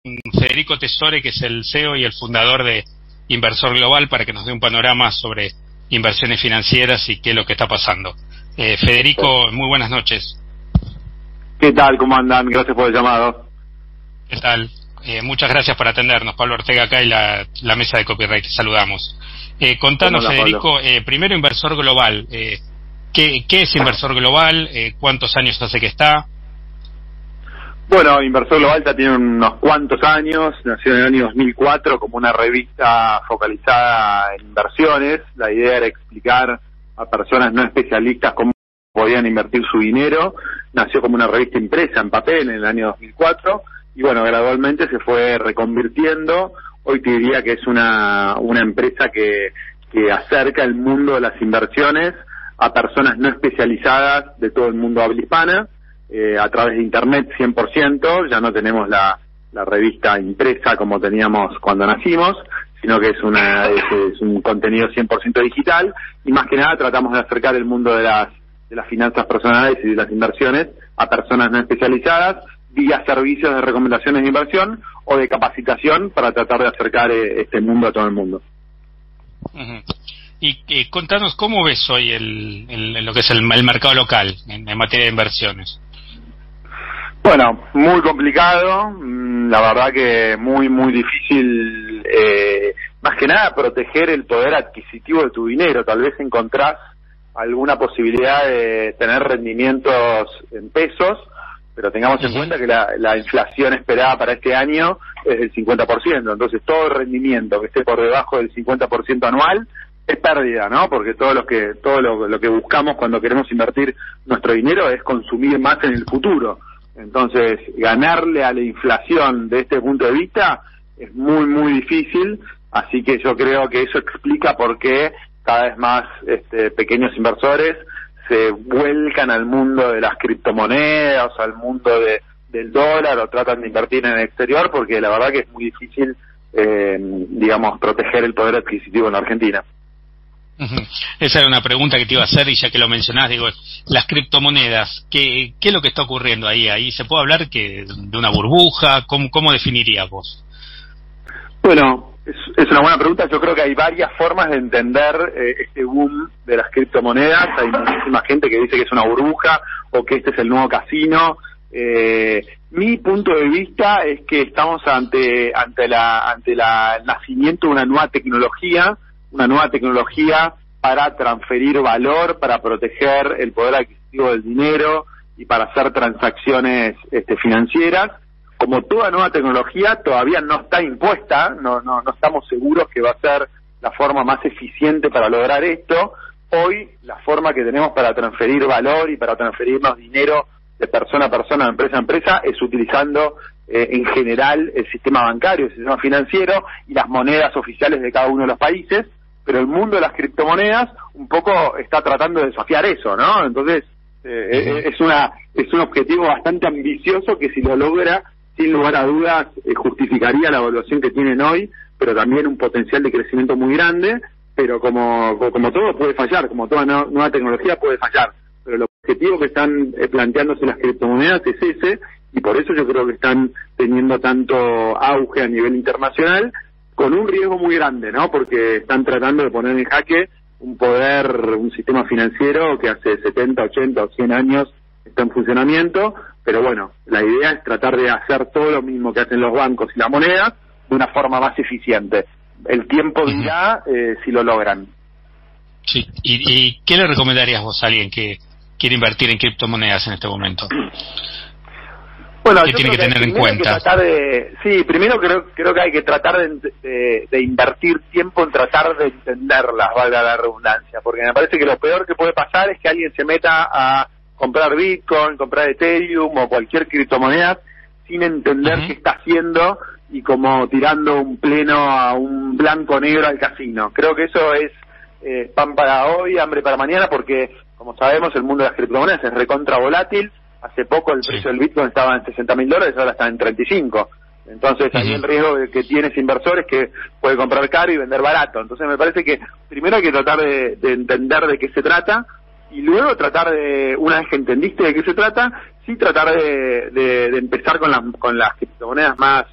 Federico Tesore, que es el CEO y el fundador de Inversor Global, para que nos dé un panorama sobre inversiones financieras y qué es lo que está pasando. Federico, muy buenas noches. ¿Qué tal? ¿Cómo andan? Gracias por el llamado. ¿Qué tal? Muchas gracias por atendernos. Pablo Ortega acá y la mesa de Copyright. Te saludamos. Contanos, Hola, Federico, primero Inversor Global. ¿Qué es Inversor Global? ¿Cuántos años hace que está? Bueno, Inversor Global ya tiene unos cuantos años. Nació en el año 2004 como una revista focalizada en inversiones. La idea era explicar a personas no especialistas cómo podían invertir su dinero. Nació como una revista impresa en papel en el año 2004 y bueno, gradualmente se fue reconvirtiendo. Hoy te diría que es una empresa que acerca el mundo de las inversiones a personas no especializadas de todo el mundo habla hispana, a través de internet 100%. Ya no tenemos la revista impresa como teníamos cuando nacimos, sino que es un contenido 100% digital, y más que nada tratamos de acercar el mundo de las finanzas personales y de las inversiones a personas no especializadas, vía servicios de recomendaciones de inversión o de capacitación para tratar de acercar este mundo a todo el mundo. Uh-huh. Y contanos, ¿cómo ves hoy lo que es el mercado local en materia de inversiones? Bueno, muy complicado, la verdad que muy difícil, más que nada proteger el poder adquisitivo de tu dinero. Tal vez encontrás alguna posibilidad de tener rendimientos en pesos, pero tengamos en cuenta que la inflación esperada para este año es del 50%, entonces todo el rendimiento que esté por debajo del 50% anual es pérdida, ¿no? Porque todo lo que buscamos cuando queremos invertir nuestro dinero es consumir más en el futuro. Entonces, ganarle a la inflación de este punto de vista es muy difícil, así que yo creo que eso explica por qué cada vez más pequeños inversores se vuelcan al mundo de las criptomonedas, al mundo del dólar, o tratan de invertir en el exterior, porque la verdad que es muy difícil, proteger el poder adquisitivo en la Argentina. Uh-huh. Esa era una pregunta que te iba a hacer, y ya que lo mencionás, digo, las criptomonedas, ¿qué es lo que está ocurriendo ahí? ¿Ahí se puede hablar de una burbuja? ¿Cómo definirías vos? Bueno, es una buena pregunta. Yo creo que hay varias formas de entender este boom de las criptomonedas. Hay muchísima gente que dice que es una burbuja o que este es el nuevo casino. Mi punto de vista es que estamos ante el nacimiento de una nueva tecnología para transferir valor, para proteger el poder adquisitivo del dinero y para hacer transacciones financieras. Como toda nueva tecnología, todavía no está impuesta, no estamos seguros que va a ser la forma más eficiente para lograr esto. Hoy, la forma que tenemos para transferir valor y para transferirnos dinero de persona a persona, de empresa a empresa, es utilizando en general el sistema bancario, el sistema financiero y las monedas oficiales de cada uno de los países, pero el mundo de las criptomonedas un poco está tratando de desafiar eso, ¿no? Entonces, es un objetivo bastante ambicioso que, si lo logra, sin lugar a dudas, justificaría la evaluación que tienen hoy, pero también un potencial de crecimiento muy grande. Pero como todo puede fallar, como toda nueva tecnología puede fallar, pero el objetivo que están planteándose las criptomonedas es ese, y por eso yo creo que están teniendo tanto auge a nivel internacional, con un riesgo muy grande, ¿no? Porque están tratando de poner en jaque un sistema financiero que hace 70, 80 o 100 años está en funcionamiento. Pero bueno, la idea es tratar de hacer todo lo mismo que hacen los bancos y la moneda de una forma más eficiente. El tiempo dirá si lo logran. Sí. ¿Y qué le recomendarías vos a alguien que quiere invertir en criptomonedas en este momento? Bueno, ¿Qué tiene que tener en cuenta? Primero creo que hay que tratar de invertir tiempo en tratar de entenderlas, valga la redundancia, porque me parece que lo peor que puede pasar es que alguien se meta a comprar Bitcoin, comprar Ethereum o cualquier criptomoneda sin entender qué está haciendo, y como tirando un pleno a un blanco negro al casino. Creo que eso es pan para hoy, hambre para mañana, porque como sabemos el mundo de las criptomonedas es recontra volátil. Hace poco el precio del Bitcoin estaba en $60,000, ahora está en 35. Entonces hay el riesgo que tienes inversores que puede comprar caro y vender barato. Entonces me parece que primero hay que tratar de entender de qué se trata, y luego tratar de, una vez que entendiste de qué se trata, sí tratar de empezar con las criptomonedas más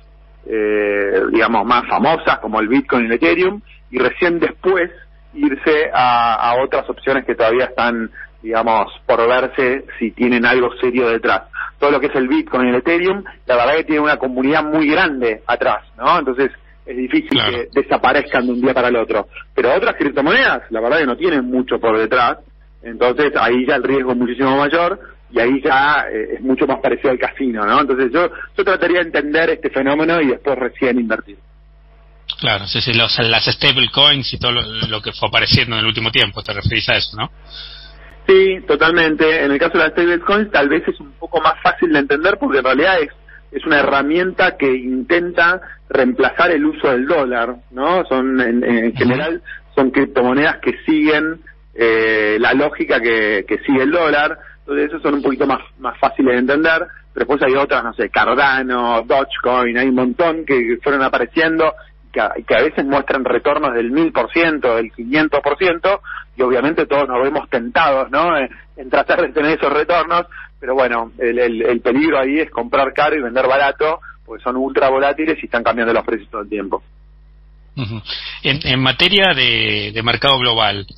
digamos, más famosas como el Bitcoin y el Ethereum, y recién después irse a otras opciones que todavía están, digamos, por verse si tienen algo serio detrás. Todo lo que es el Bitcoin y el Ethereum, la verdad que tiene una comunidad muy grande atrás, ¿no? Entonces es difícil que desaparezcan de un día para el otro. Pero otras criptomonedas, la verdad que no tienen mucho por detrás, entonces ahí ya el riesgo es muchísimo mayor, y ahí ya es mucho más parecido al casino, ¿no? Entonces yo trataría de entender este fenómeno y después recién invertir. Claro, sí, las stablecoins y todo lo que fue apareciendo en el último tiempo, te referís a eso, ¿no? Sí, totalmente. En el caso de las stablecoins tal vez es un poco más fácil de entender porque en realidad es una herramienta que intenta reemplazar el uso del dólar, ¿no? Son en general son criptomonedas que siguen la lógica que sigue el dólar. Entonces esos son un poquito más fáciles de entender, pero después hay otras, no sé, Cardano, Dogecoin, hay un montón que fueron apareciendo y que a veces muestran retornos del 1000%, del 500%, y obviamente todos nos vemos tentados, ¿no?, en tratar de tener esos retornos, pero bueno, el peligro ahí es comprar caro y vender barato, porque son ultra volátiles y están cambiando los precios todo el tiempo. Uh-huh. En materia de mercado global,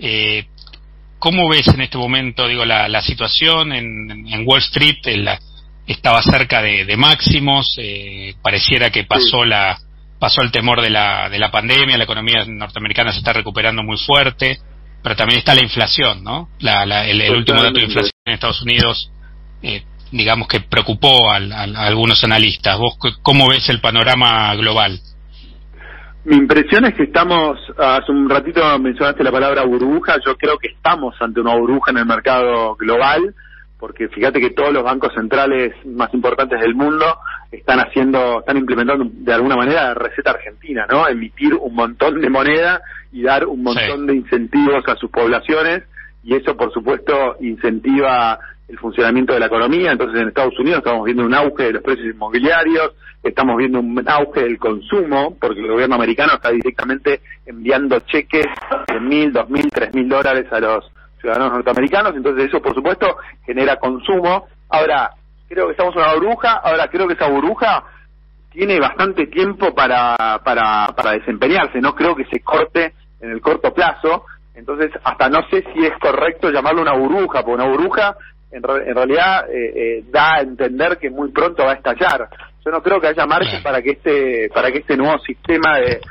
¿cómo ves en este momento, digo, la situación en Wall Street? Estaba cerca de máximos, pareciera que pasó el temor de la pandemia, la economía norteamericana se está recuperando muy fuerte, pero también está la inflación, ¿no? El último dato de inflación en Estados Unidos, digamos que preocupó a algunos analistas. ¿Vos cómo ves el panorama global? Mi impresión es que estamos, hace un ratito mencionaste la palabra burbuja, yo creo que estamos ante una burbuja en el mercado global, porque fíjate que todos los bancos centrales más importantes del mundo están implementando de alguna manera la receta argentina, ¿no? Emitir un montón de moneda y dar un montón de incentivos a sus poblaciones, y eso por supuesto incentiva el funcionamiento de la economía. Entonces en Estados Unidos estamos viendo un auge de los precios inmobiliarios, estamos viendo un auge del consumo, porque el gobierno americano está directamente enviando cheques de $1,000, $2,000, $3,000 a los ciudadanos norteamericanos, entonces eso por supuesto genera consumo. Ahora, creo que estamos en una burbuja, creo que esa burbuja tiene bastante tiempo para desempeñarse, no creo que se corte en el corto plazo, entonces hasta no sé si es correcto llamarlo una burbuja, porque una burbuja en realidad da a entender que muy pronto va a estallar. Yo no creo que haya margen para que este nuevo sistema de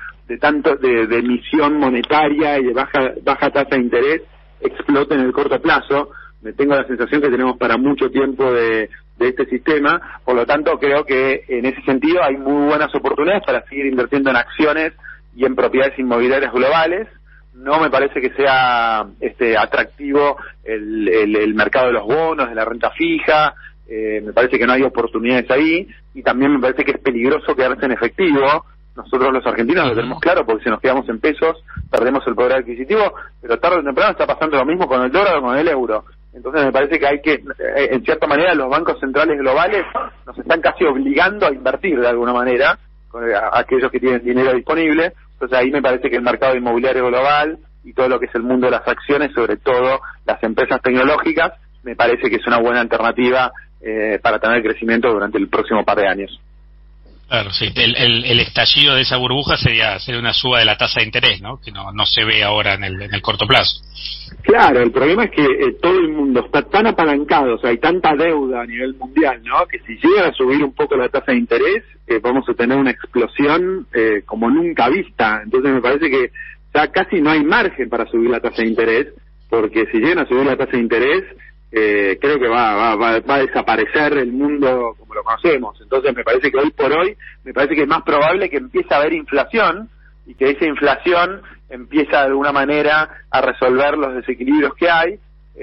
emisión monetaria y de baja tasa de interés explote en el corto plazo. Me tengo la sensación que tenemos para mucho tiempo de este sistema, por lo tanto creo que en ese sentido hay muy buenas oportunidades para seguir invirtiendo en acciones y en propiedades inmobiliarias globales. No me parece que sea atractivo el mercado de los bonos, de la renta fija, me parece que no hay oportunidades ahí, y también me parece que es peligroso quedarse en efectivo. Nosotros los argentinos lo tenemos claro, porque si nos quedamos en pesos perdemos el poder adquisitivo, pero tarde o temprano está pasando lo mismo con el dólar o con el euro. Entonces me parece que hay que, en cierta manera, los bancos centrales globales nos están casi obligando a invertir de alguna manera, a aquellos que tienen dinero disponible. Entonces ahí me parece que el mercado inmobiliario global y todo lo que es el mundo de las acciones, sobre todo las empresas tecnológicas, me parece que es una buena alternativa para tener crecimiento durante el próximo par de años. Claro, sí. El estallido de esa burbuja sería una suba de la tasa de interés, ¿no? Que no se ve ahora en el corto plazo. Claro, el problema es que todo el mundo está tan apalancado, o sea, hay tanta deuda a nivel mundial, ¿no?, que si llega a subir un poco la tasa de interés, vamos a tener una explosión como nunca vista. Entonces me parece que ya casi no hay margen para subir la tasa de interés, porque si llegan a subir la tasa de interés, creo que va a desaparecer el mundo como lo conocemos. Entonces me parece que hoy por hoy, me parece que es más probable que empiece a haber inflación, y que esa inflación empieza de alguna manera a resolver los desequilibrios que hay,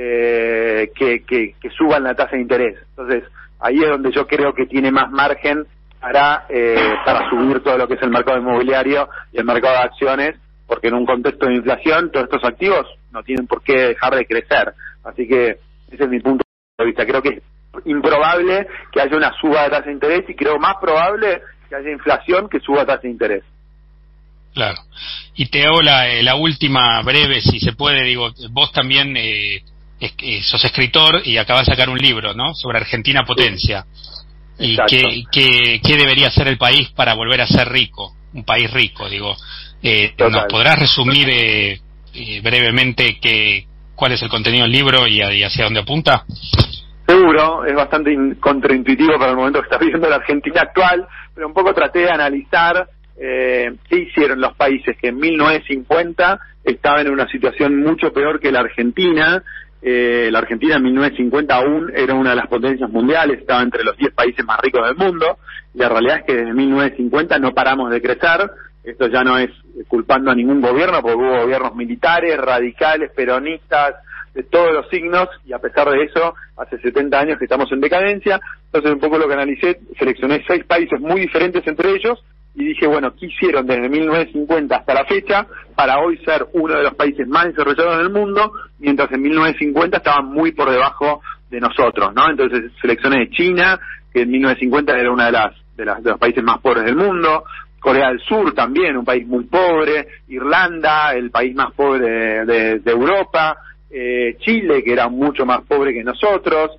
que suban la tasa de interés. Entonces ahí es donde yo creo que tiene más margen para subir todo lo que es el mercado inmobiliario y el mercado de acciones, porque en un contexto de inflación todos estos activos no tienen por qué dejar de crecer. Así que ese es mi punto de vista. Creo que es improbable que haya una suba de tasa de interés, y creo más probable que haya inflación que suba tasa de interés. Claro. Y te hago la última breve, si se puede. Digo, vos también sos escritor y acabas de sacar un libro, ¿no?, sobre Argentina Potencia. ¿Y qué debería hacer el país para volver a ser rico? Un país rico, digo. ¿Nos podrás resumir brevemente cuál es el contenido del libro y hacia dónde apunta? Seguro, es bastante contraintuitivo para el momento que está viviendo la Argentina actual, pero un poco traté de analizar qué hicieron los países que en 1950 estaban en una situación mucho peor que la Argentina. La Argentina en 1950 aún era una de las potencias mundiales, estaba entre los 10 países más ricos del mundo, y la realidad es que desde 1950 no paramos de crecer. Esto ya no es culpando a ningún gobierno, porque hubo gobiernos militares, radicales, peronistas, de todos los signos, y a pesar de eso, hace 70 años que estamos en decadencia. Entonces un poco lo que analicé, seleccioné 6 países muy diferentes entre ellos, y dije, bueno, ¿qué hicieron desde 1950 hasta la fecha para hoy ser uno de los países más desarrollados del mundo, mientras en 1950 estaban muy por debajo de nosotros, ¿no? Entonces seleccioné China, que en 1950 era una de los países más pobres del mundo, Corea del Sur también, un país muy pobre, Irlanda, el país más pobre de Europa, Chile, que era mucho más pobre que nosotros,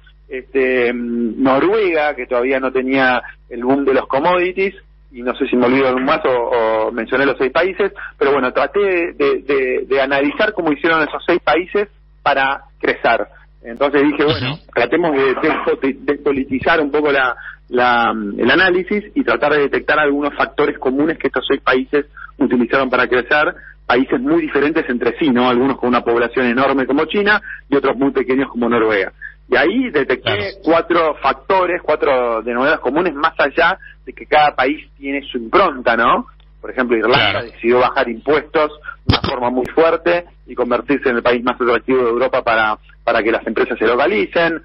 Noruega, que todavía no tenía el boom de los commodities, y no sé si me olvido algún más o mencioné los 6 países, pero bueno, traté de analizar cómo hicieron esos 6 países para crecer. Entonces dije, bueno, tratemos de despolitizar un poco el análisis y tratar de detectar algunos factores comunes que estos 6 países utilizaron para crecer, países muy diferentes entre sí, ¿no? Algunos con una población enorme como China y otros muy pequeños como Noruega. Y ahí detecté 4 factores, 4 denominados comunes, más allá de que cada país tiene su impronta, ¿no? Por ejemplo, Irlanda decidió bajar impuestos de una forma muy fuerte y convertirse en el país más atractivo de Europa para que las empresas se localicen,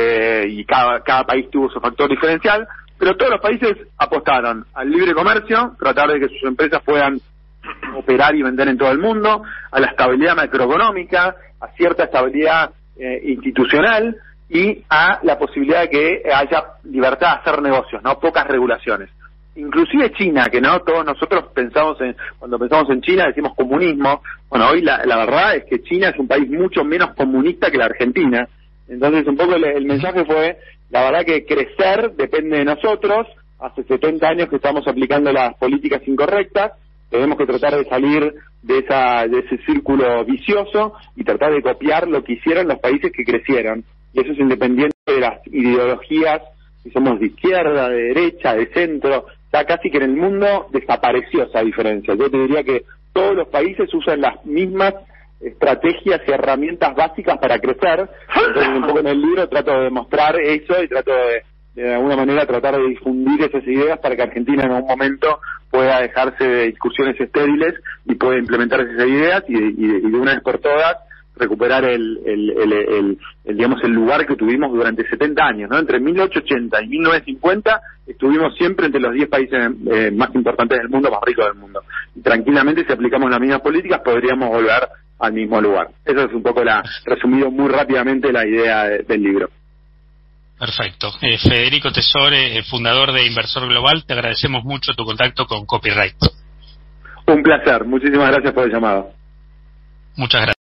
y cada país tuvo su factor diferencial, pero todos los países apostaron al libre comercio, tratar de que sus empresas puedan operar y vender en todo el mundo, a la estabilidad macroeconómica, a cierta estabilidad institucional, y a la posibilidad de que haya libertad de hacer negocios, no pocas regulaciones. Inclusive China, que no todos nosotros cuando pensamos en China decimos comunismo. Bueno, hoy la verdad es que China es un país mucho menos comunista que la Argentina. Entonces un poco el mensaje fue, la verdad que crecer depende de nosotros. Hace 70 años que estamos aplicando las políticas incorrectas, tenemos que tratar de salir de ese círculo vicioso y tratar de copiar lo que hicieron los países que crecieron. Y eso es independiente de las ideologías, si somos de izquierda, de derecha, de centro. Ya casi que en el mundo desapareció esa diferencia. Yo te diría que todos los países usan las mismas estrategias y herramientas básicas para crecer. Entonces un poco en el libro trato de demostrar eso y trato de alguna manera tratar de difundir esas ideas para que Argentina en algún momento pueda dejarse de discusiones estériles y pueda implementar esas ideas y de una vez por todas recuperar digamos el lugar que tuvimos durante 70 años, ¿no? Entre 1880 y 1950 estuvimos siempre entre los 10 países más importantes del mundo, más ricos del mundo. Y tranquilamente, si aplicamos las mismas políticas, podríamos volver al mismo lugar. Eso es un poco resumido muy rápidamente la idea del libro. Perfecto. Federico Tesore, fundador de Inversor Global, te agradecemos mucho tu contacto con Copyright. Un placer. Muchísimas gracias por el llamado. Muchas gracias.